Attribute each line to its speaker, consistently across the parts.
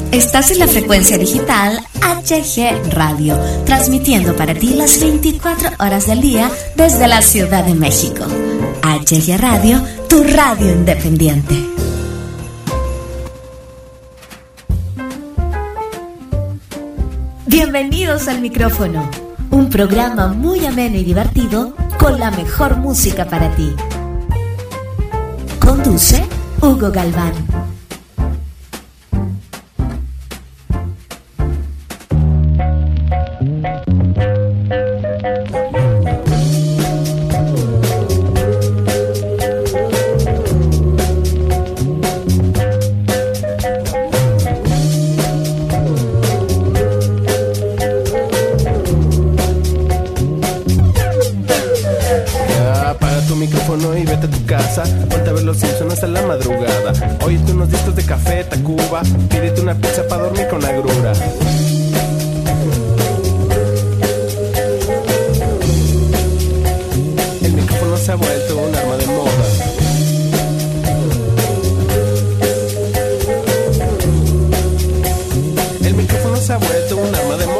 Speaker 1: Estás en la frecuencia digital HG Radio, transmitiendo para ti las 24 horas del día desde la Ciudad de México. HG Radio, tu radio independiente. Bienvenidos al micrófono, un programa muy ameno y divertido con la mejor música para ti. Conduce Hugo Galván.
Speaker 2: Ponte a ver los Simpsons hasta la madrugada. Óyete unos discos de Café Tacuba. Pídete una pizza para dormir con agrura. El micrófono se ha vuelto un arma de moda. El micrófono se ha vuelto un arma de moda.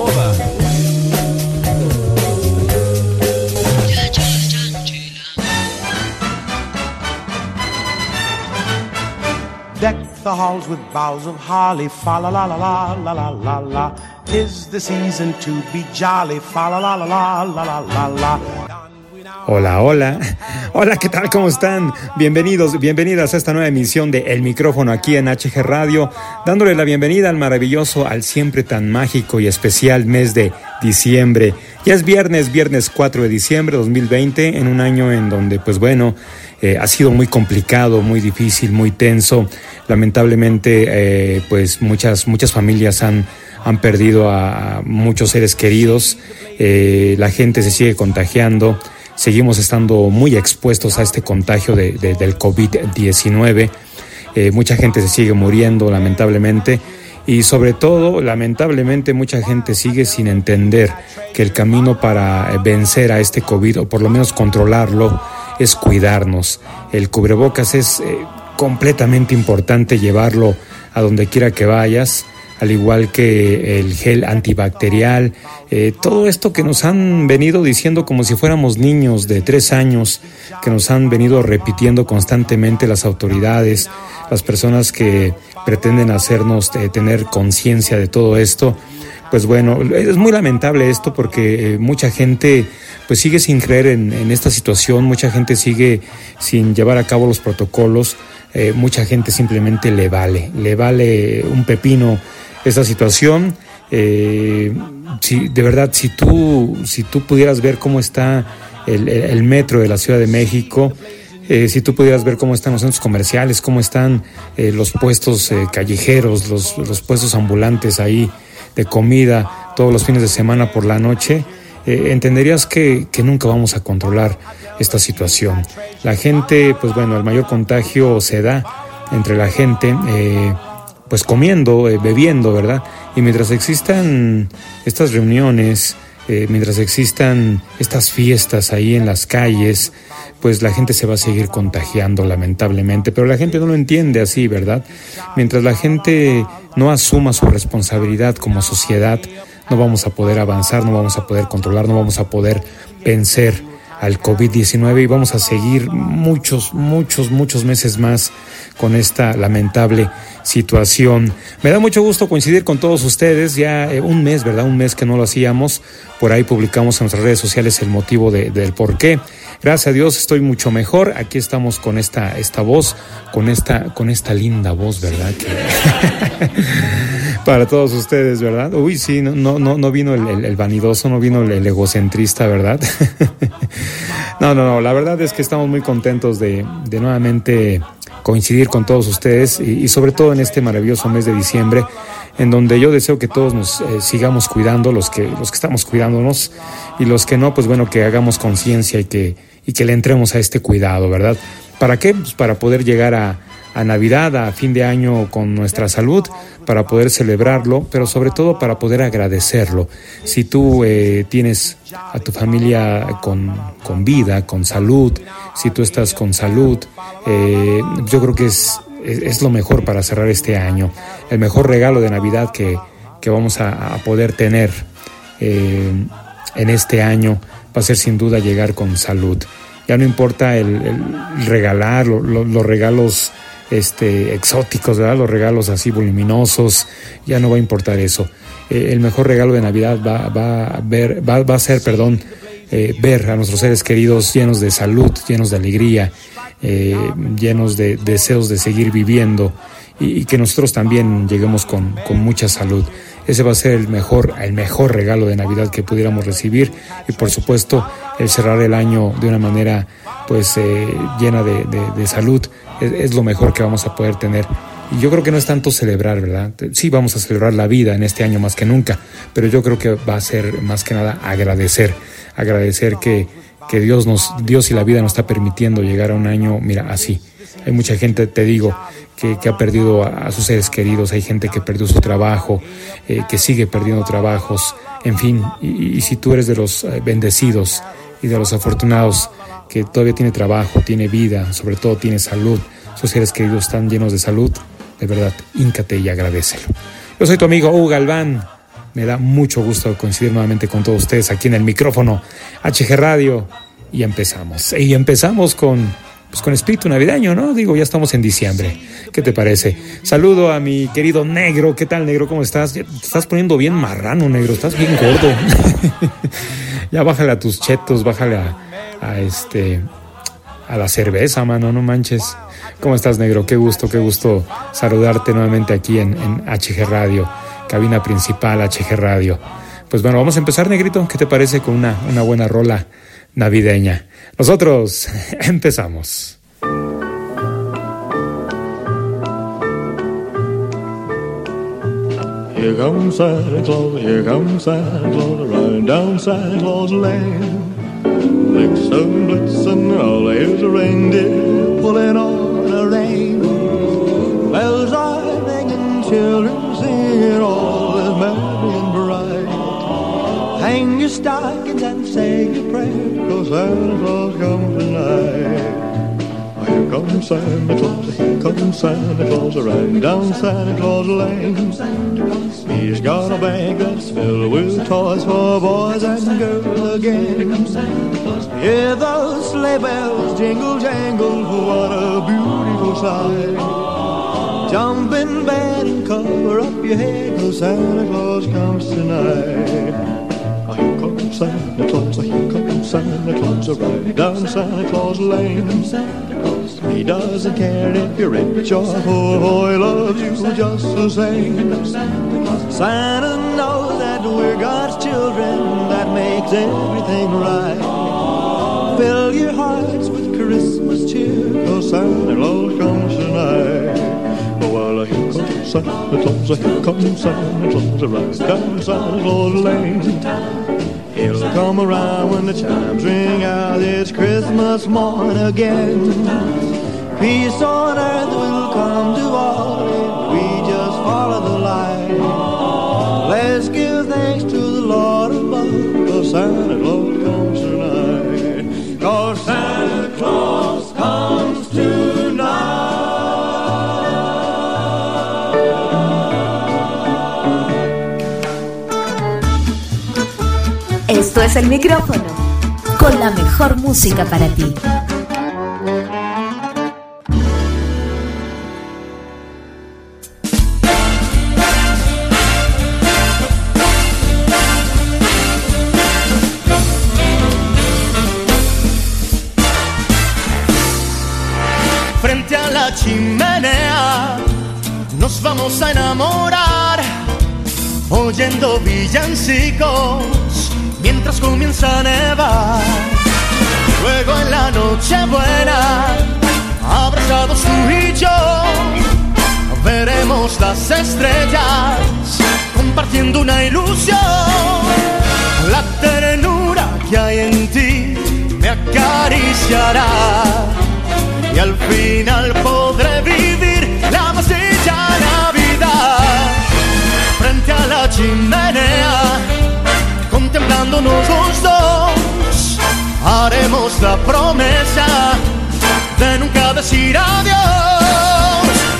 Speaker 3: Deck the halls with boughs of holly, fa la la la la la la la la. 'Tis the season to be jolly, fa la la la la la la la la.
Speaker 4: Hola, hola. Hola, ¿qué tal? ¿Cómo están? Bienvenidos, bienvenidas a esta nueva emisión de El Micrófono aquí en HG Radio, dándole la bienvenida al maravilloso, al siempre tan mágico y especial mes de diciembre. Ya es viernes 4 de diciembre de 2020, en un año en donde, pues bueno, ha sido muy complicado, muy difícil, muy tenso. Lamentablemente, pues muchas familias han perdido a muchos seres queridos. La gente se sigue contagiando. Seguimos estando muy expuestos a este contagio del COVID-19. Mucha gente se sigue muriendo, lamentablemente. Y sobre todo, lamentablemente, mucha gente sigue sin entender que el camino para vencer a este COVID, o por lo menos controlarlo, es cuidarnos. El cubrebocas es completamente importante llevarlo a donde quiera que vayas, al igual que el gel antibacterial, todo esto que nos han venido diciendo como si fuéramos niños de 3 años, que nos han venido repitiendo constantemente las autoridades, las personas que pretenden hacernos tener conciencia de todo esto. Pues bueno, es muy lamentable esto porque mucha gente pues sigue sin creer en esta situación, mucha gente sigue sin llevar a cabo los protocolos, mucha gente simplemente le vale un pepino esta situación. De verdad, si tú pudieras ver cómo está el metro de la Ciudad de México, si tú pudieras ver cómo están los centros comerciales, cómo están los puestos callejeros, los puestos ambulantes ahí de comida todos los fines de semana por la noche, entenderías que nunca vamos a controlar esta situación. La gente, pues bueno, el mayor contagio se da entre la gente, pues comiendo, bebiendo, ¿verdad? Y mientras existan estas reuniones, mientras existan estas fiestas ahí en las calles, pues la gente se va a seguir contagiando, lamentablemente. Pero la gente no lo entiende así, ¿verdad? Mientras la gente no asuma su responsabilidad como sociedad, no vamos a poder avanzar, no vamos a poder controlar, no vamos a poder vencer al COVID-19 y vamos a seguir muchos meses más con esta lamentable situación. Me da mucho gusto coincidir con todos ustedes, ya un mes, ¿verdad? Un mes que no lo hacíamos. Por ahí publicamos en nuestras redes sociales el motivo del por qué. Gracias a Dios estoy mucho mejor. Aquí estamos con esta voz, con esta linda voz, ¿verdad? Para todos ustedes, ¿verdad? Uy, sí, no vino el vanidoso, no vino el egocentrista, ¿verdad? No, la verdad es que estamos muy contentos de nuevamente coincidir con todos ustedes y sobre todo en este maravilloso mes de diciembre, en donde yo deseo que todos nos sigamos cuidando, los que estamos cuidándonos, y los que no, pues bueno, que hagamos conciencia y que le entremos a este cuidado, ¿verdad? ¿Para qué? Pues para poder llegar a Navidad, a fin de año con nuestra salud, para poder celebrarlo, pero sobre todo para poder agradecerlo. Si tú tienes a tu familia con vida, con salud, si tú estás con salud, yo creo que es es lo mejor para cerrar este año. El mejor regalo de Navidad que vamos a poder tener en este año va a ser sin duda llegar con salud. Ya no importa el regalar los regalos exóticos, ¿verdad? Los regalos así voluminosos, ya no va a importar eso. El mejor regalo de Navidad va a ser ver a nuestros seres queridos llenos de salud, llenos de alegría, llenos de deseos de seguir viviendo, y que nosotros también lleguemos con mucha salud. Ese va a ser el mejor regalo de Navidad que pudiéramos recibir, y por supuesto el cerrar el año de una manera pues llena de salud es lo mejor que vamos a poder tener. Y yo creo que no es tanto celebrar, ¿verdad? Sí, vamos a celebrar la vida en este año más que nunca, pero yo creo que va a ser más que nada agradecer que Dios y la vida nos está permitiendo llegar a un año, mira, así. Hay mucha gente, te digo, que ha perdido a sus seres queridos, hay gente que perdió su trabajo, que sigue perdiendo trabajos, en fin, y si tú eres de los bendecidos y de los afortunados que todavía tiene trabajo, tiene vida, sobre todo tiene salud, sus seres queridos están llenos de salud, de verdad, híncate y agradécelo. Yo soy tu amigo Hugo Galván, me da mucho gusto coincidir nuevamente con todos ustedes aquí en el micrófono HG Radio, y empezamos con espíritu navideño, ¿no? Digo, ya estamos en diciembre. ¿Qué te parece? Saludo a mi querido Negro. ¿Qué tal, Negro? ¿Cómo estás? Te estás poniendo bien marrano, Negro. Estás bien gordo. Ya bájale a tus chetos, bájale a la cerveza, mano, no manches. ¿Cómo estás, Negro? Qué gusto saludarte nuevamente aquí en HG Radio, cabina principal HG Radio. Pues bueno, vamos a empezar, Negrito. ¿Qué te parece con una buena rola navideña? Nosotros empezamos.
Speaker 5: Here comes Santa Claus, riding down Santa Claus Lane. Blitzen, blitzen, all here's a reindeer pulling on a rein. Bells are ringing, children singing, all is merry and bright. Hang your stockings and say your prayers, 'cause Santa Claus comes tonight. Here comes Santa Claus, riding down Santa Claus Lane. He's got a bag that's filled with toys for boys and girls again. Hear those sleigh bells jingle, jangle, what a beautiful sight. Jump in bed and cover up your head, 'cause Santa Claus comes tonight. Here comes Santa Claus, riding down Santa Claus Lane. He doesn't care if you're rich or poor, he loves you just the same. Santa knows that we're God's children, that makes everything right. Fill your hearts with Christmas cheer, 'cause Santa Claus comes tonight. Well, here comes Santa Claus, right down Santa Claus Lane. He'll come around when the chimes ring out, it's Christmas morn again. Peace on earth will come to all if we just follow the light. Let's give thanks to the Lord above, 'cause Santa Claus comes tonight. 'Cause Santa Claus comes tonight.
Speaker 1: Esto es El Micrófono, con la mejor música para ti.
Speaker 5: Frente a la chimenea nos vamos a enamorar, oyendo villancicos mientras comienza a nevar. Luego en la noche buena, abrazados tú y yo, veremos las estrellas compartiendo una ilusión. La ternura que hay en ti me acariciará y al final podré vivir la más bella Navidad. Frente a la chimenea, contemplándonos los dos, haremos la promesa de nunca decir adiós.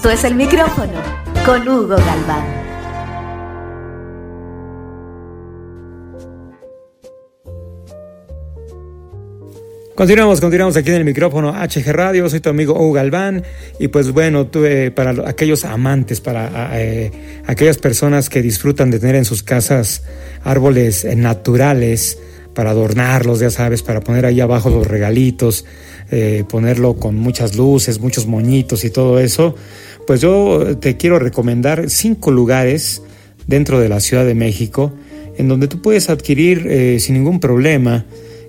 Speaker 1: Esto es El Micrófono con Hugo Galván.
Speaker 4: Continuamos aquí en El Micrófono HG Radio. Soy tu amigo Hugo Galván. Y pues bueno, para aquellos amantes, para aquellas personas que disfrutan de tener en sus casas árboles naturales, para adornarlos, ya sabes, para poner ahí abajo los regalitos, ponerlo con muchas luces, muchos moñitos y todo eso, pues yo te quiero recomendar 5 lugares dentro de la Ciudad de México en donde tú puedes adquirir sin ningún problema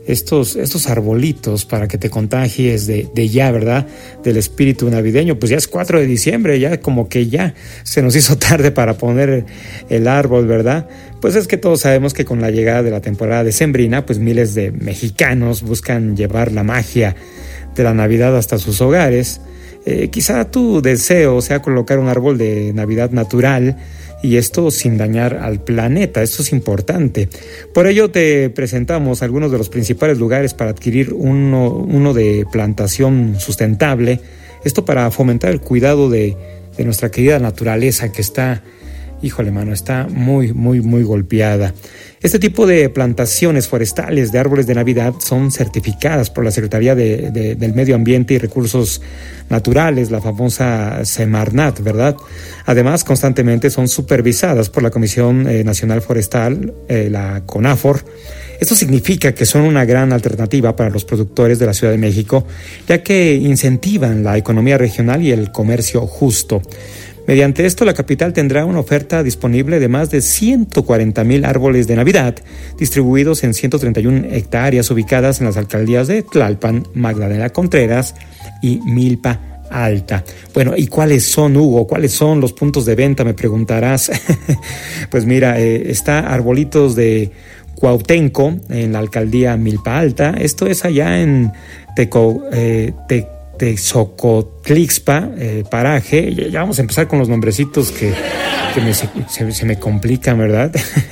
Speaker 4: estos arbolitos para que te contagies de ya, ¿verdad? Del espíritu navideño. Pues ya es 4 de diciembre, ya como que ya se nos hizo tarde para poner el árbol, ¿verdad? Pues es que todos sabemos que con la llegada de la temporada decembrina, pues miles de mexicanos buscan llevar la magia de la Navidad hasta sus hogares. Quizá tu deseo sea colocar un árbol de Navidad natural, y esto sin dañar al planeta. Esto es importante. Por ello te presentamos algunos de los principales lugares para adquirir uno de plantación sustentable. Esto para fomentar el cuidado de nuestra querida naturaleza, que está, híjole mano, está muy, muy, muy golpeada. Este tipo de plantaciones forestales de árboles de Navidad son certificadas por la Secretaría del Medio Ambiente y Recursos Naturales, la famosa Semarnat, ¿verdad? Además, constantemente son supervisadas por la Comisión Nacional Forestal, la CONAFOR. Esto significa que son una gran alternativa para los productores de la Ciudad de México, ya que incentivan la economía regional y el comercio justo. Mediante esto, la capital tendrá una oferta disponible de más de 140,000 árboles de Navidad, distribuidos en 131 hectáreas ubicadas en las alcaldías de Tlalpan, Magdalena Contreras y Milpa Alta. Bueno, ¿y cuáles son, Hugo? ¿Cuáles son los puntos de venta? Me preguntarás. Pues mira, está Arbolitos de Cuauhtémoc en la alcaldía Milpa Alta. Esto es allá en Texocotlixpa, paraje. Ya vamos a empezar con los nombrecitos que se me complican, ¿verdad?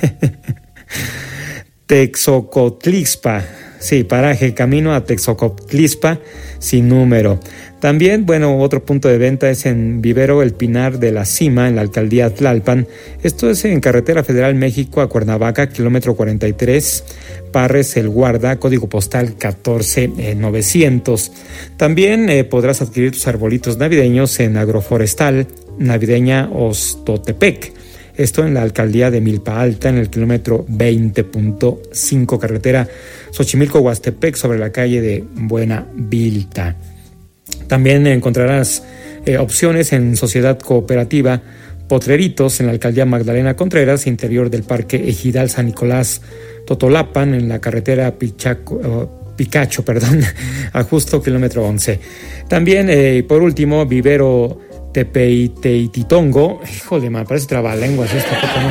Speaker 4: Texocotlixpa, sí, paraje, camino a Texocotlixpa, sin número. También, bueno, otro punto de venta es en Vivero El Pinar de la Cima, en la alcaldía Tlalpan. Esto es en Carretera Federal México a Cuernavaca, kilómetro 43, Parres El Guarda, código postal 14900. También podrás adquirir tus arbolitos navideños en Agroforestal Navideña Ostotepec. Esto en la alcaldía de Milpa Alta, en el kilómetro 20.5, carretera Xochimilco-Huastepec, sobre la calle de Buena Vilta. También encontrarás opciones en Sociedad Cooperativa Potreritos, en la alcaldía Magdalena Contreras, interior del Parque Ejidal San Nicolás Totolapan, en la carretera Picacho, a Justo, kilómetro 11. También, por último, Vivero Tepeiteititongo. Híjole, me parece trabalenguas esto.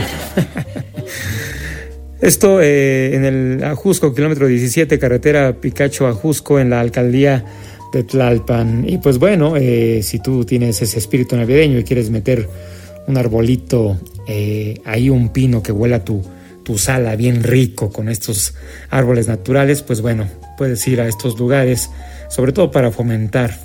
Speaker 4: Esto en el Ajusco, kilómetro 17, carretera Picacho Ajusco, en la alcaldía de Tlalpan. Y pues bueno, si tú tienes ese espíritu navideño y quieres meter un arbolito, ahí un pino que huela tu sala bien rico con estos árboles naturales, pues bueno, puedes ir a estos lugares, sobre todo para fomentar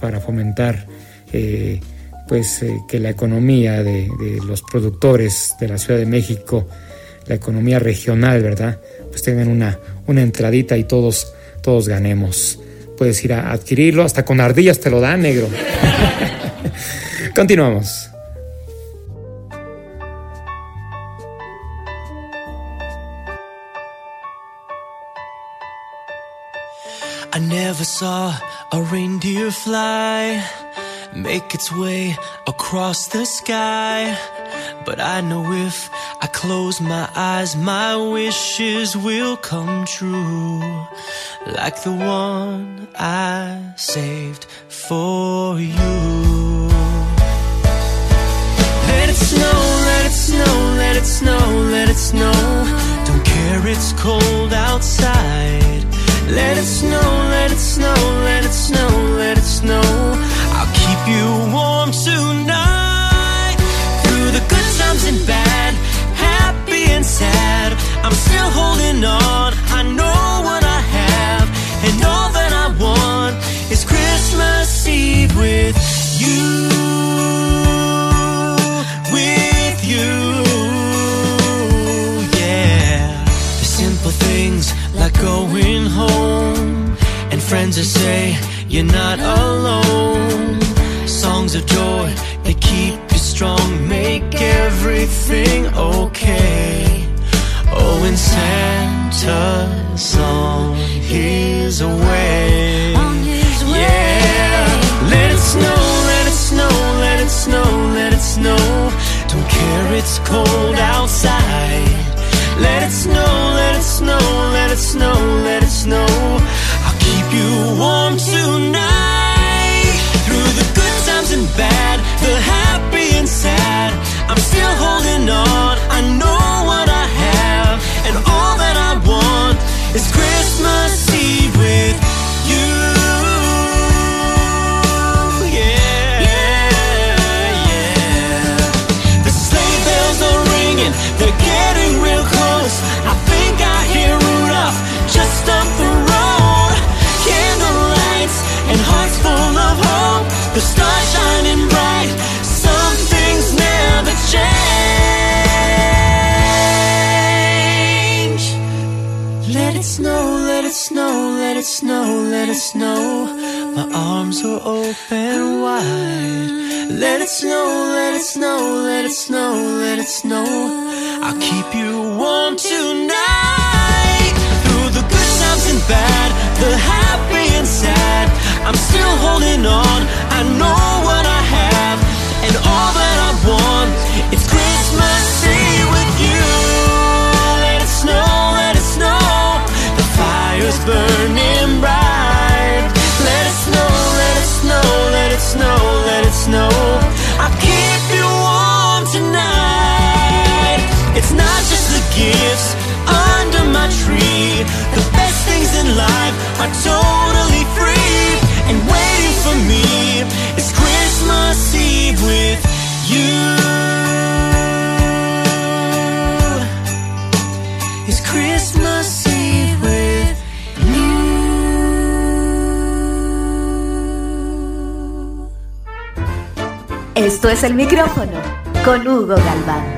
Speaker 4: que la economía de los productores de la Ciudad de México, la economía regional, ¿verdad? Pues tengan una entradita y todos ganemos. Puedes ir a adquirirlo, hasta con ardillas te lo dan, negro. Continuamos.
Speaker 6: I never saw a reindeer fly, make its way across the sky. But I know if I close my eyes, my wishes will come true. Like the one I saved for you. Let it snow, let it snow, let it snow, let it snow. Don't care, it's cold outside. Let it snow, let it snow, let it snow, let it snow. I'll keep you warm tonight. Through the good times and bad, happy and sad, I'm still holding on. I know what I have, and all that I want is Christmas Eve with you. friends who say you're not alone. Songs of joy, they keep you strong, make everything okay. Oh, and Santa's on his way. Yeah, let it snow, let it snow, let it snow, let it snow. Don't care, it's cold outside. Let it snow, let it snow, let it snow, let it snow. I'll keep you warm tonight. Through the good times and bad, the happy and sad, I'm still holding on. I know what I have, and all that I want is Christmas Eve with you. Yeah, yeah. The sleigh bells are ringing, they're getting real close. I think I hear Rudolph just up the road. Candlelights and hearts full of hope, the stars shining bright. Some things never change. Let it snow, let it snow, let it snow, let it snow. My arms are open wide. Let it snow, let it snow, let it snow, let it snow. I'll keep you warm tonight. Through the good times and bad, the happy and sad, I'm still holding on. I know what I have, and all that I want, it's Christmas Eve with you. Let it snow, let it snow. The fire's burning bright. Let it snow, let it snow, let it snow, let it snow. I'll keep you warm tonight. It's not just the gifts under my tree. The best things in life are totally free, and waiting for me is Christmas Eve with you. It's Christmas Eve with you.
Speaker 1: Esto es El Micrófono con Hugo Galván.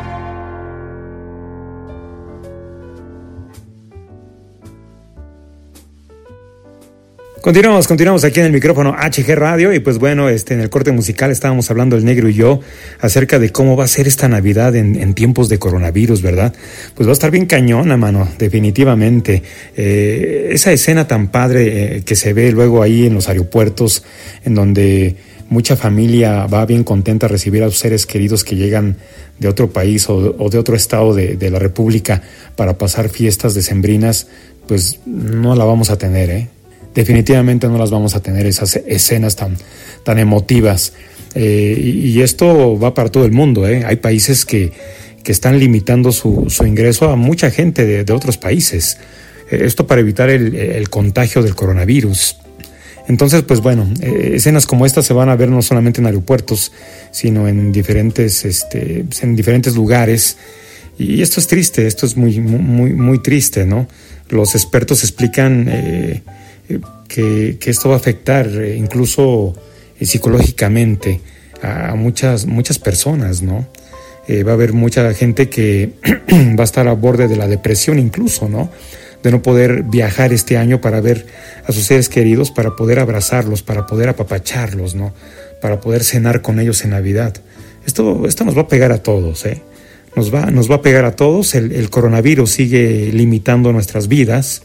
Speaker 4: Continuamos aquí en el micrófono HG Radio y pues bueno, en el corte musical estábamos hablando el Negro y yo acerca de cómo va a ser esta Navidad en tiempos de coronavirus, ¿verdad? Pues va a estar bien cañona, mano, definitivamente. Esa escena tan padre que se ve luego ahí en los aeropuertos, en donde mucha familia va bien contenta a recibir a sus seres queridos que llegan de otro país o de otro estado de la República para pasar fiestas decembrinas, pues no la vamos a tener, Definitivamente no las vamos a tener, esas escenas tan emotivas. Y esto va para todo el mundo, Hay países que están limitando su ingreso a mucha gente de otros países. Esto para evitar el contagio del coronavirus. Entonces, pues bueno, escenas como estas se van a ver no solamente en aeropuertos, sino en diferentes lugares. Y esto es triste, esto es muy, muy, muy triste, ¿no? Los expertos explican que esto va a afectar incluso psicológicamente a muchas personas, ¿no? Va a haber mucha gente que va a estar a borde de la depresión incluso, ¿no? De no poder viajar este año para ver a sus seres queridos, para poder abrazarlos, para poder apapacharlos, ¿no? Para poder cenar con ellos en Navidad. Esto nos va a pegar a todos, Nos va a pegar a todos. El coronavirus sigue limitando nuestras vidas.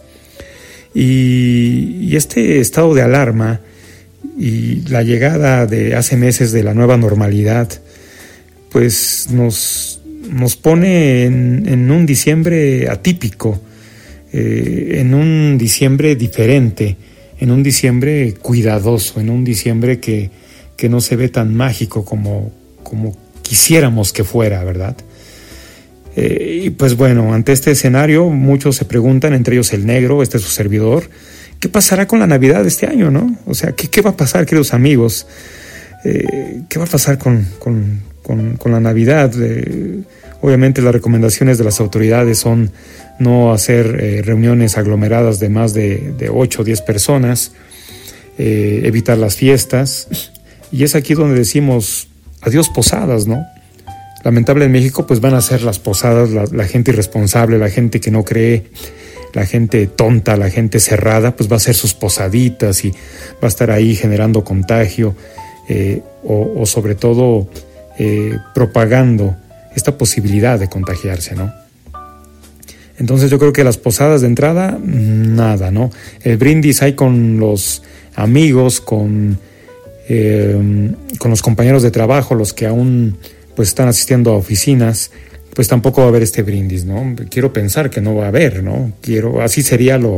Speaker 4: Y este estado de alarma y la llegada de hace meses de la nueva normalidad, pues nos pone en un diciembre atípico, en un diciembre diferente, en un diciembre cuidadoso, en un diciembre que no se ve tan mágico como quisiéramos que fuera, ¿verdad? Y pues bueno, ante este escenario muchos se preguntan, entre ellos el Negro, su servidor, ¿qué pasará con la Navidad de este año, no? O sea, ¿qué va a pasar, queridos amigos? ¿Qué va a pasar con la Navidad? Obviamente las recomendaciones de las autoridades son no hacer reuniones aglomeradas de más de 8 o 10 personas, evitar las fiestas, y es aquí donde decimos adiós posadas, ¿no? Lamentable en México pues van a ser las posadas, la gente irresponsable, la gente que no cree, la gente tonta, la gente cerrada, pues va a hacer sus posaditas y va a estar ahí generando contagio o sobre todo propagando esta posibilidad de contagiarse, ¿no? Entonces yo creo que las posadas de entrada, nada, ¿no? El brindis hay con los amigos, con los compañeros de trabajo, los que aún pues están asistiendo a oficinas, pues tampoco va a haber este brindis, ¿no? Quiero pensar que no va a haber, ¿no? Así sería lo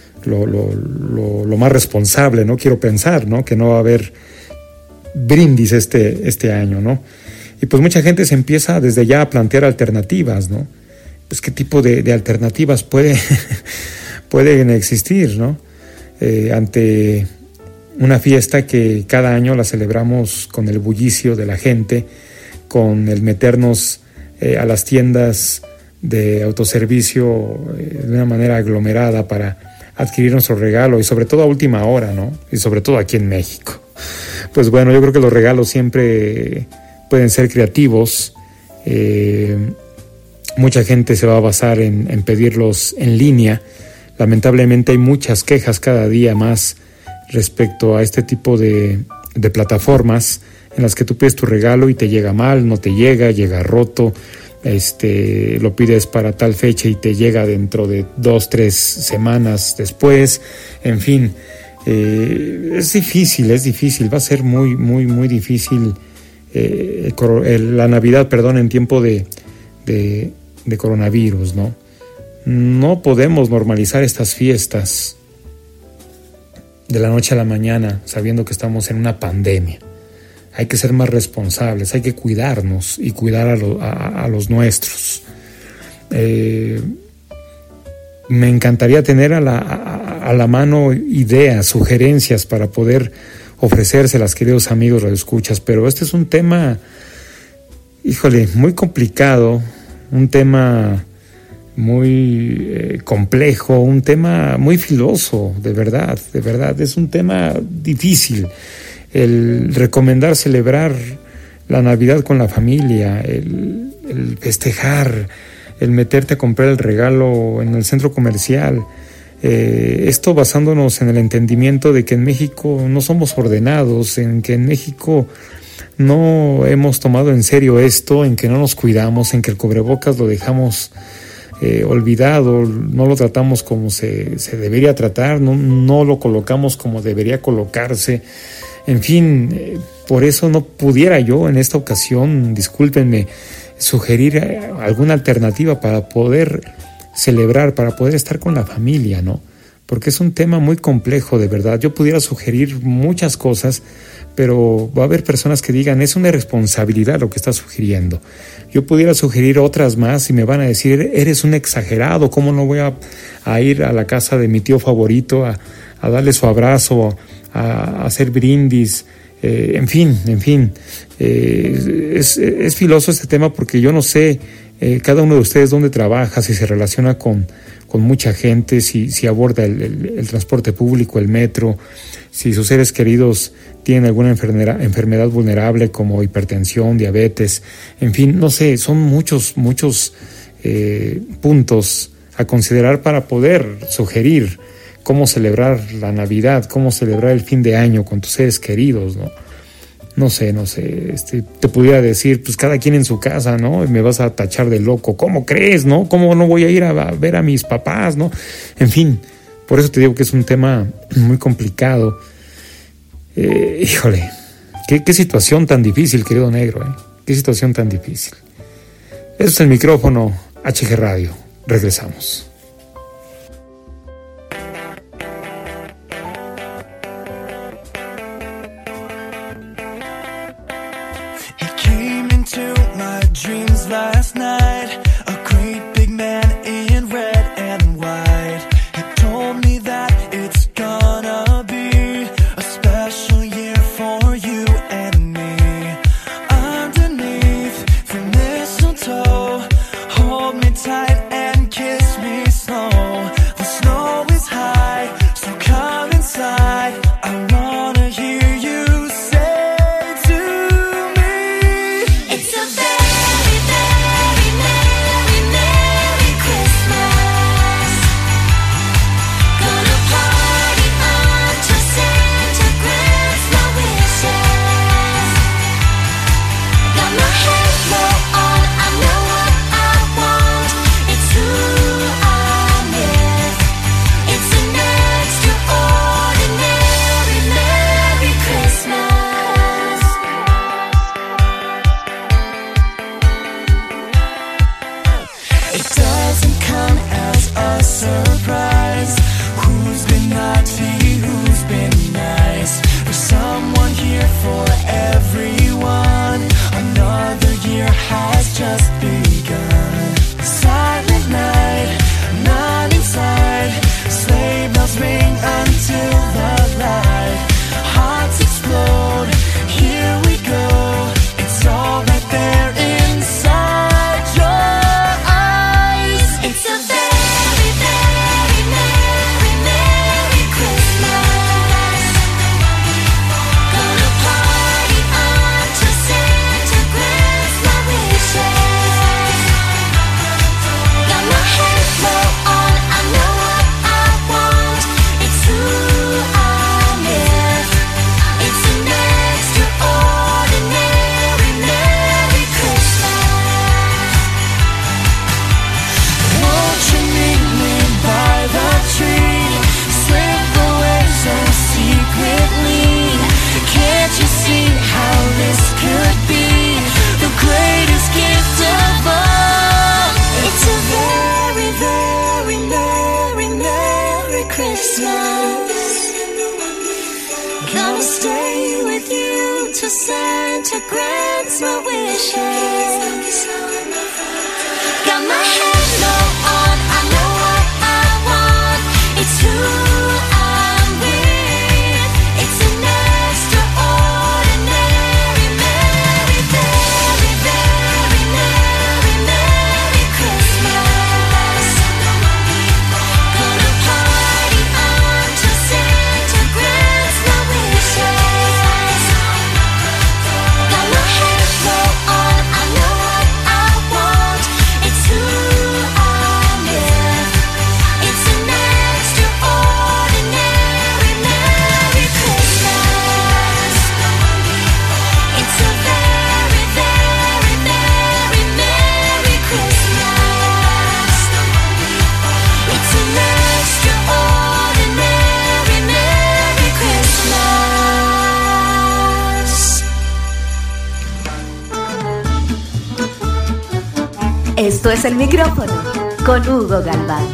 Speaker 4: más responsable, ¿no? Quiero pensar, ¿no? Que no va a haber brindis este año, ¿no? Y pues mucha gente se empieza desde ya a plantear alternativas, ¿no? Pues qué tipo de alternativas pueden existir, ¿no? Ante una fiesta que cada año la celebramos con el bullicio de la gente, con el meternos a las tiendas de autoservicio de una manera aglomerada para adquirir nuestro regalo y sobre todo a última hora, ¿no? Y sobre todo aquí en México. Pues bueno, yo creo que los regalos siempre pueden ser creativos. Mucha gente se va a basar en pedirlos en línea. Lamentablemente hay muchas quejas cada día más respecto a este tipo de plataformas en las que tú pides tu regalo y te llega mal, no te llega roto, lo pides para tal fecha y te llega dentro de 2-3 semanas después. En fin, es difícil, va a ser muy, muy, muy difícil la Navidad, en tiempo de coronavirus, ¿no? No podemos normalizar estas fiestas de la noche a la mañana sabiendo que estamos en una pandemia. Hay que ser más responsables, hay que cuidarnos y cuidar a los nuestros. Me encantaría tener a la mano ideas, sugerencias para poder ofrecérselas, queridos amigos radioescuchas, pero este es un tema, muy complicado, un tema muy complejo, un tema muy filoso, de verdad, es un tema difícil. El recomendar celebrar la Navidad con la familia, el festejar, el meterte a comprar el regalo en el centro comercial, esto basándonos en el entendimiento de que en México no somos ordenados, en que en México no hemos tomado en serio esto, en que no nos cuidamos, en que el cubrebocas lo dejamos olvidado, no lo tratamos como se debería tratar, no lo colocamos como debería colocarse. En fin, por eso no pudiera yo en esta ocasión, discúlpenme, sugerir alguna alternativa para poder celebrar, para poder estar con la familia, ¿no? Porque es un tema muy complejo, de verdad. Yo pudiera sugerir muchas cosas, pero va a haber personas que digan, es una irresponsabilidad lo que estás sugiriendo. Yo pudiera sugerir otras más y me van a decir, eres un exagerado, ¿cómo no voy a ir a la casa de mi tío favorito a darle su abrazo, a hacer brindis? En fin, es filoso este tema porque yo no sé cada uno de ustedes dónde trabaja, si se relaciona con mucha gente, si aborda el transporte público, el metro, si sus seres queridos tienen alguna enfermedad vulnerable como hipertensión, diabetes, en fin, no sé, son muchos puntos a considerar para poder sugerir cómo celebrar la Navidad, cómo celebrar el fin de año con tus seres queridos, ¿no? No sé, te pudiera decir, pues cada quien en su casa, ¿no? Y me vas a tachar de loco, ¿cómo crees, no? ¿Cómo no voy a ir a ver a mis papás, no? En fin, por eso te digo que es un tema muy complicado. Qué situación tan difícil, querido negro, qué situación tan difícil. Eso es el micrófono HG Radio, regresamos.
Speaker 6: Dreams last night, a great big man in red and white. He told me that it's gonna be a special year for you and me. Underneath the mistletoe, hold me tight and kiss me
Speaker 1: until Santa grants my wishes. Got my halo on, I know what I want. It's who I'm with. It's an extraordinary, merry, very, very, merry, merry Christmas. Gonna party until Santa grants my wishes. Got my halo on, I know what I want. It's who I'm with. It's an extraordinary, merry Christmas. It's a very, very, merry, merry Christmas. It's an extraordinary, merry Christmas. Esto es El Micrófono con Hugo Galván.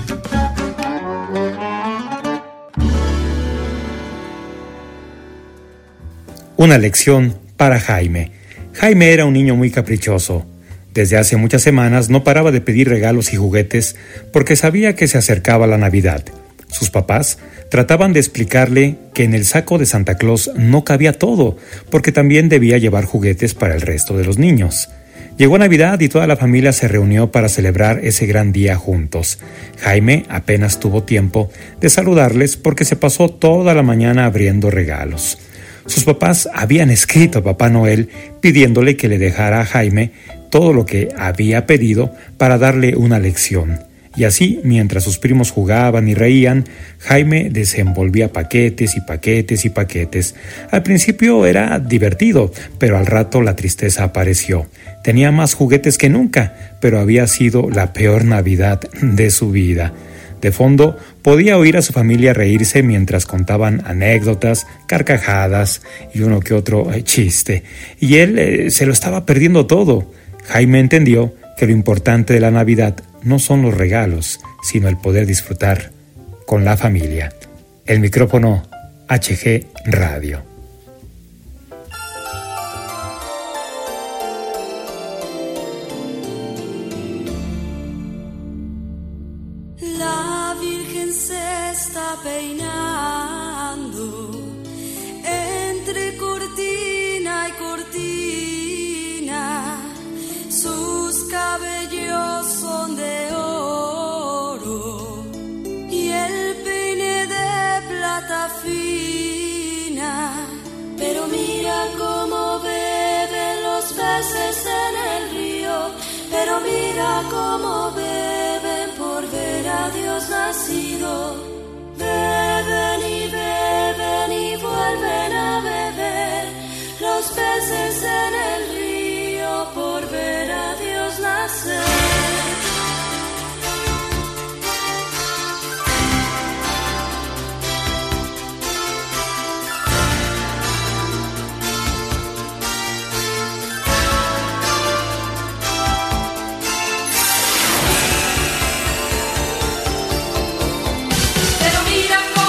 Speaker 4: Una lección para Jaime. Jaime era un niño muy caprichoso. Desde hace muchas semanas no paraba de pedir regalos y juguetes porque sabía que se acercaba la Navidad. Sus papás trataban de explicarle que en el saco de Santa Claus no cabía todo, porque también debía llevar juguetes para el resto de los niños. Llegó Navidad y toda la familia se reunió para celebrar ese gran día juntos. Jaime apenas tuvo tiempo de saludarles porque se pasó toda la mañana abriendo regalos. Sus papás habían escrito a Papá Noel pidiéndole que le dejara a Jaime todo lo que había pedido para darle una lección. Y así, mientras sus primos jugaban y reían, Jaime desenvolvía paquetes y paquetes y paquetes. Al principio era divertido, pero al rato la tristeza apareció. Tenía más juguetes que nunca, pero había sido la peor Navidad de su vida. De fondo, podía oír a su familia reírse mientras contaban anécdotas, carcajadas y uno que otro chiste. Y él se lo estaba perdiendo todo. Jaime entendió que lo importante de la Navidad no son los regalos, sino el poder disfrutar con la familia. El micrófono HG Radio.
Speaker 7: La Virgen se está peinando entre cortina y cortina. Sus cabellos son de oro y el peine de plata fina. Pero mira cómo beben los peces en el río. Pero mira cómo beben por ver a Dios nacido. Beben y vuelven a beber los peces en el río por ver a Dios nacer.
Speaker 8: Pero mira cómo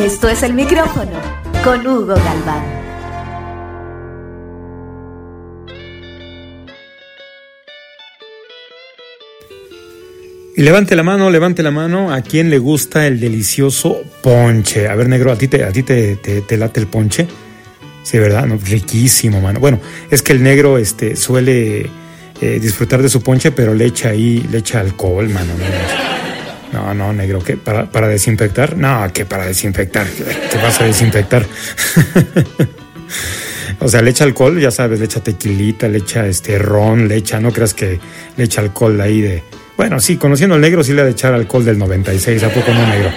Speaker 1: Esto es El Micrófono con Hugo Galván.
Speaker 4: Y levante la mano a quien le gusta el delicioso ponche. A ver, negro, ¿a ti te late el ponche? Sí, ¿verdad? No, riquísimo, mano. Bueno, es que el negro suele disfrutar de su ponche, pero le echa alcohol, mano. No, negro, ¿qué? ¿Para desinfectar? No, ¿qué para desinfectar? ¿Qué vas a desinfectar? O sea, le echa alcohol, ya sabes, le echa tequilita, le echa ron, no creas que le echa alcohol de ahí de... Bueno, sí, conociendo al negro sí le ha de echar alcohol del 96, ¿a poco no, negro?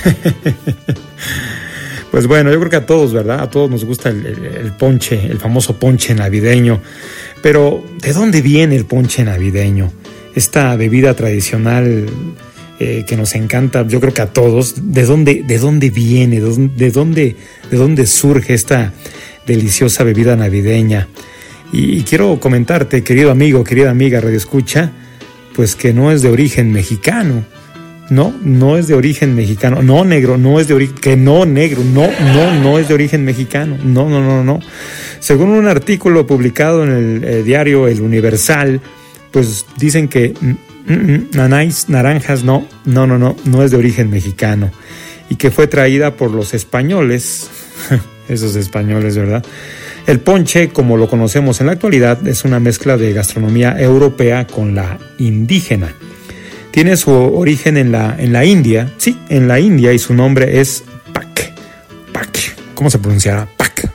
Speaker 4: Pues bueno, yo creo que a todos, ¿verdad? A todos nos gusta el ponche, el famoso ponche navideño. Pero, ¿de dónde viene el ponche navideño? Esta bebida tradicional que nos encanta, yo creo que a todos. ¿De dónde viene? ¿De dónde surge esta deliciosa bebida navideña? Y quiero comentarte, querido amigo, querida amiga, Radio Escucha, pues que no es de origen mexicano. No es de origen mexicano. No, negro, no es de origen... Que no, negro, no es de origen mexicano. No. Según un artículo publicado en el diario El Universal, pues dicen que naranjas no es de origen mexicano. Y que fue traída por los españoles. Esos españoles, ¿verdad? El ponche, como lo conocemos en la actualidad, es una mezcla de gastronomía europea con la indígena. Tiene su origen en la India, sí, en la India, y su nombre es pak. ¿Cómo se pronunciará? Pak.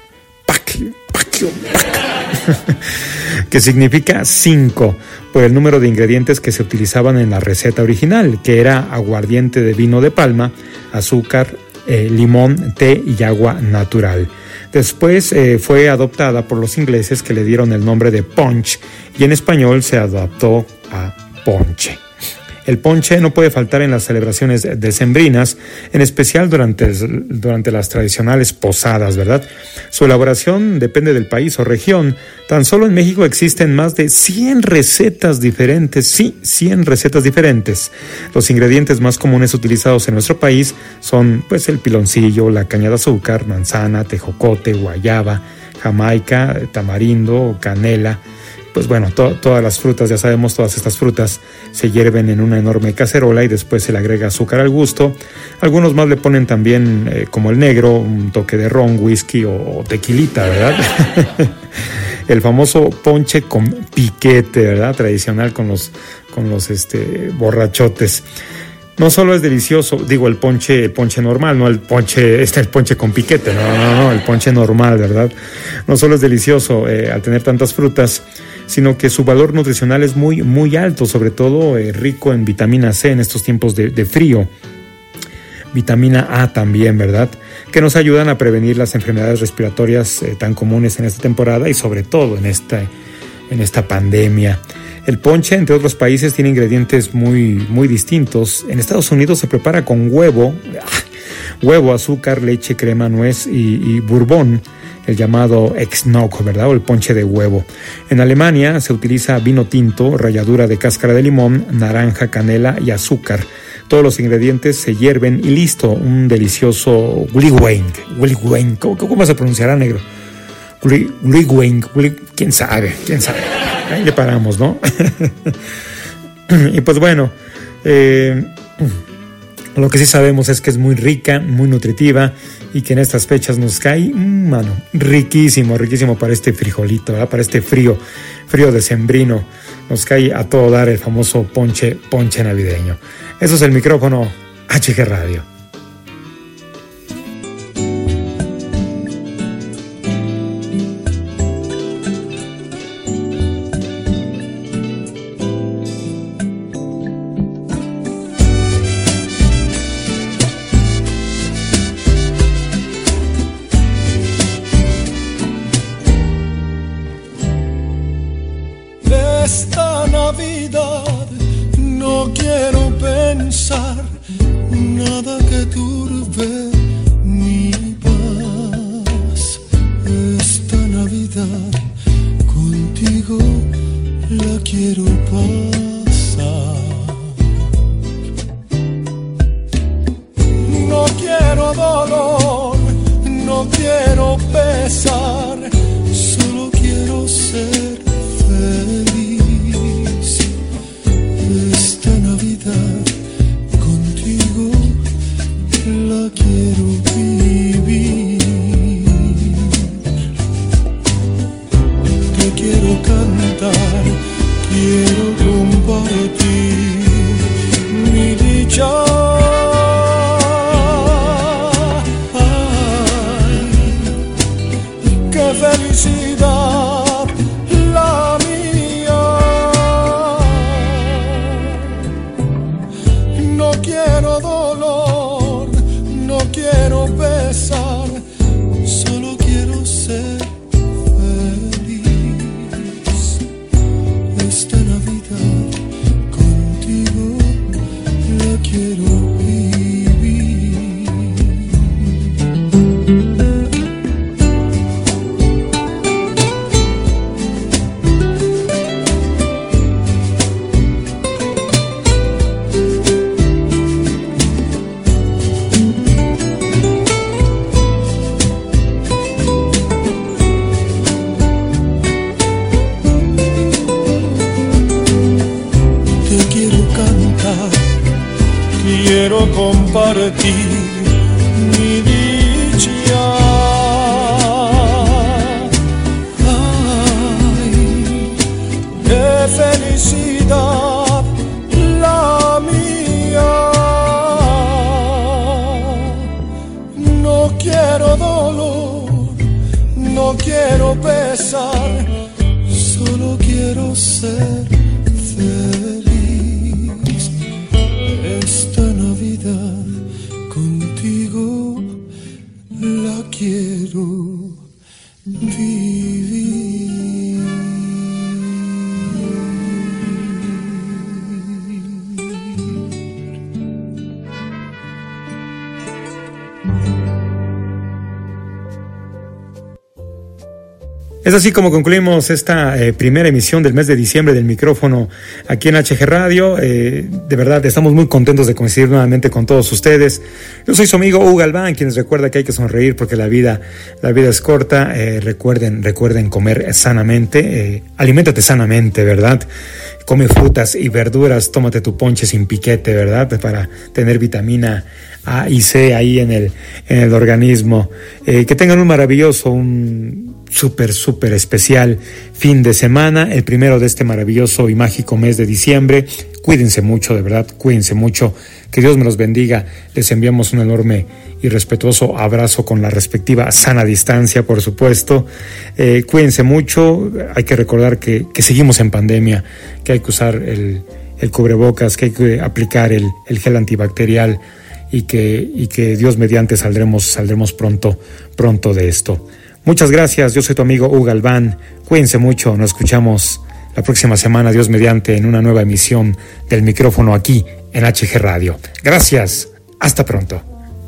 Speaker 4: Que significa 5, por el número de ingredientes que se utilizaban en la receta original, que era aguardiente de vino de palma, azúcar, limón, té y agua natural. Después fue adoptada por los ingleses, que le dieron el nombre de punch, y en español se adaptó a ponche. El ponche no puede faltar en las celebraciones decembrinas, en especial durante las tradicionales posadas, ¿verdad? Su elaboración depende del país o región. Tan solo en México existen más de 100 recetas diferentes. Sí, 100 recetas diferentes. Los ingredientes más comunes utilizados en nuestro país son, pues, el piloncillo, la caña de azúcar, manzana, tejocote, guayaba, jamaica, tamarindo, canela. Pues bueno, todas las frutas, ya sabemos, todas estas frutas se hierven en una enorme cacerola y después se le agrega azúcar al gusto. Algunos más le ponen también, como el negro, un toque de ron, whisky o tequilita, ¿verdad? El famoso ponche con piquete, ¿verdad? Tradicional con los borrachotes. No solo es delicioso, digo, el ponche normal, no el ponche con piquete, no, el ponche normal, ¿verdad? No solo es delicioso al tener tantas frutas, sino que su valor nutricional es muy, muy alto, sobre todo rico en vitamina C en estos tiempos de frío. Vitamina A también, ¿verdad? Que nos ayudan a prevenir las enfermedades respiratorias tan comunes en esta temporada y sobre todo en esta pandemia. El ponche, entre otros países, tiene ingredientes muy, muy distintos. En Estados Unidos se prepara con huevo, azúcar, leche, crema, nuez y bourbon, el llamado eggnog, ¿verdad? O el ponche de huevo. En Alemania se utiliza vino tinto, ralladura de cáscara de limón, naranja, canela y azúcar. Todos los ingredientes se hierven y listo, un delicioso Glühwein. ¿Cómo se pronunciará, negro? Glühwein, quién sabe. Ahí le paramos, ¿no? Y pues bueno, lo que sí sabemos es que es muy rica, muy nutritiva y que en estas fechas nos cae, mano, riquísimo para este frijolito, ¿verdad? Para este frío decembrino. Nos cae a todo dar el famoso ponche navideño. Eso es El Micrófono, HG Radio.
Speaker 6: Esta Navidad no quiero pensar nada que turbe mi paz. Esta Navidad contigo la quiero pasar. No quiero dolor
Speaker 5: compartir mi dicha. Ay, qué felicidad la mía. No quiero dolor, no quiero pesar, solo quiero ser feliz. Esta Navidad contigo la quiero vivir.
Speaker 4: Es así como concluimos esta primera emisión del mes de diciembre del micrófono aquí en HG Radio. De verdad, estamos muy contentos de coincidir nuevamente con todos ustedes. Yo soy su amigo Hugo Galván, quien les recuerda que hay que sonreír porque la vida es corta. Recuerden comer sanamente, aliméntate sanamente, ¿verdad? Come frutas y verduras, tómate tu ponche sin piquete, ¿verdad? Para tener vitamina A y C ahí en el organismo. Que tengan un maravilloso, un súper especial fin de semana, el primero de este maravilloso y mágico mes de diciembre. Cuídense mucho, de verdad, cuídense mucho. Que Dios me los bendiga. Les enviamos un enorme y respetuoso abrazo con la respectiva sana distancia, por supuesto. Cuídense mucho. Hay que recordar que seguimos en pandemia, que hay que usar el cubrebocas, que hay que aplicar el gel antibacterial y que Dios mediante saldremos pronto de esto. Muchas gracias, yo soy tu amigo Hugo Galván. Cuídense mucho, nos escuchamos la próxima semana, Dios mediante, en una nueva emisión del micrófono aquí en HG Radio. Gracias, hasta pronto.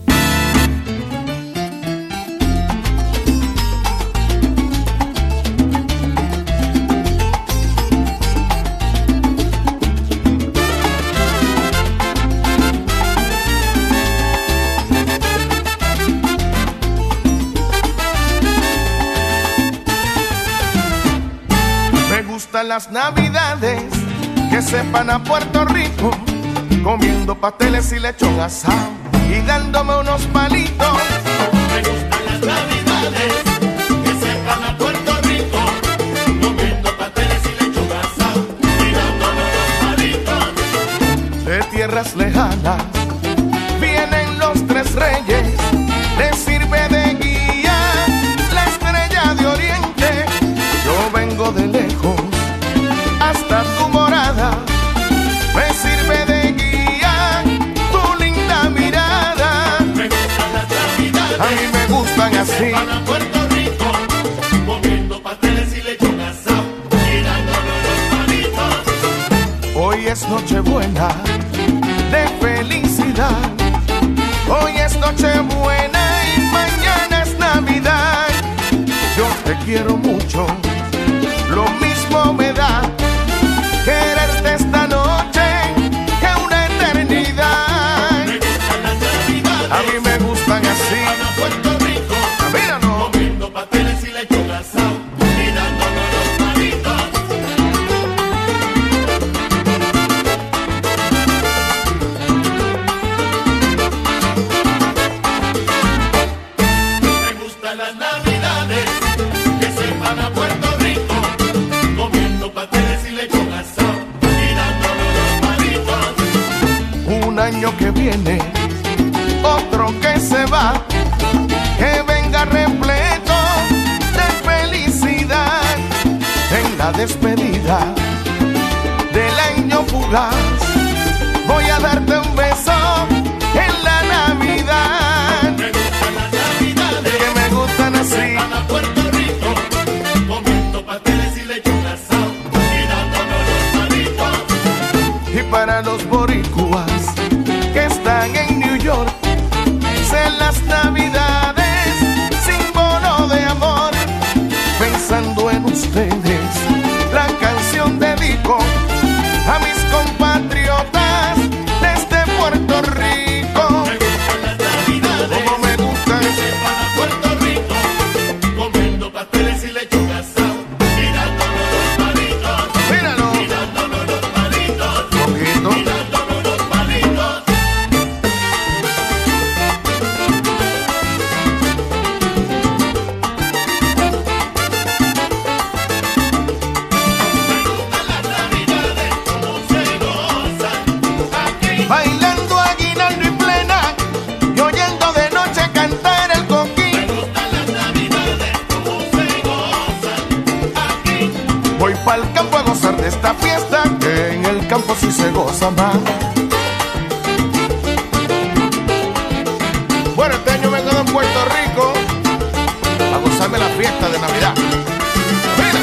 Speaker 8: Las navidades que sepan a Puerto Rico, comiendo pasteles y lechón asado y dándome unos palitos.
Speaker 9: Me gustan las navidades que sepan a Puerto Rico, comiendo pasteles y lechón asado y dándome unos palitos.
Speaker 8: De tierras lejanas vienen los tres reyes, les sirve de guía la estrella de oriente. Yo vengo de lejos hasta tu morada, me sirve de guía tu linda mirada.
Speaker 9: Me gustan las navidades,
Speaker 8: a mí me gustan así.
Speaker 9: Para Puerto Rico, comiendo pasteles y lechón asado y dándole unos palitos.
Speaker 8: Hoy es Nochebuena de felicidad, hoy es Nochebuena y mañana es Navidad. Yo te quiero mucho, lo mismo me da quererte esta noche que una eternidad.
Speaker 9: Me gustan las navidades,
Speaker 8: a mí me gustan así.
Speaker 9: Para Puerto Rico,
Speaker 8: Míralo.
Speaker 9: comiendo pasteles y lechón asado y dándole unos palitos. Me gustan las navidades que sepan a Puerto Rico, comiendo pasteles y lechón asado y dándole unos palitos.
Speaker 8: Un año que viene, otro que se va, que venga repleto de felicidad. En la despedida del año fugaz, voy a darte un beso en la Navidad.
Speaker 9: Me gustan las navidades
Speaker 8: Que me gustan así.
Speaker 9: sepan a Puerto Rico, comiendo pasteles y lechón asado y dándole unos palitos.
Speaker 8: Y para los boricuas que están en New York, sean las navidades símbolo de amor. Pensando en ustedes, la canción dedico a mis compatriotas desde Puerto Rico.
Speaker 9: Me gustan las navidades
Speaker 8: Como me gustan,
Speaker 9: que sepan a Puerto Rico, comiendo pasteles y lechón asado y dándole unos palitos.
Speaker 8: míralo,
Speaker 9: Y dándole unos palitos.
Speaker 8: poquito.
Speaker 9: Y dándole unos palitos.
Speaker 8: pa'l campo a gozar de esta fiesta, que en el campo sí se goza más. Bueno, este año vengo de Puerto Rico a gozarme la fiesta de Navidad. ¡Mira!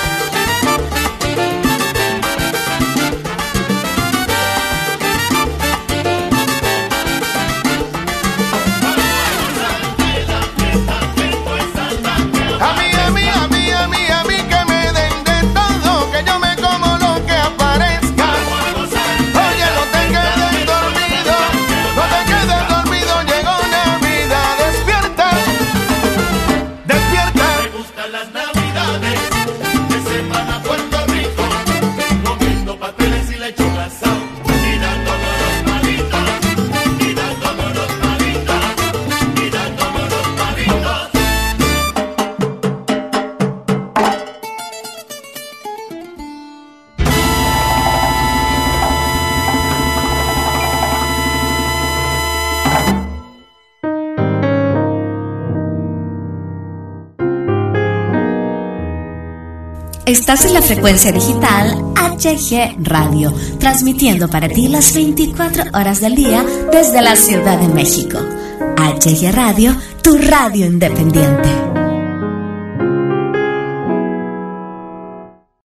Speaker 1: Estás en la frecuencia digital HG Radio, transmitiendo para ti las 24 horas del día desde la Ciudad de México. HG Radio, tu radio independiente.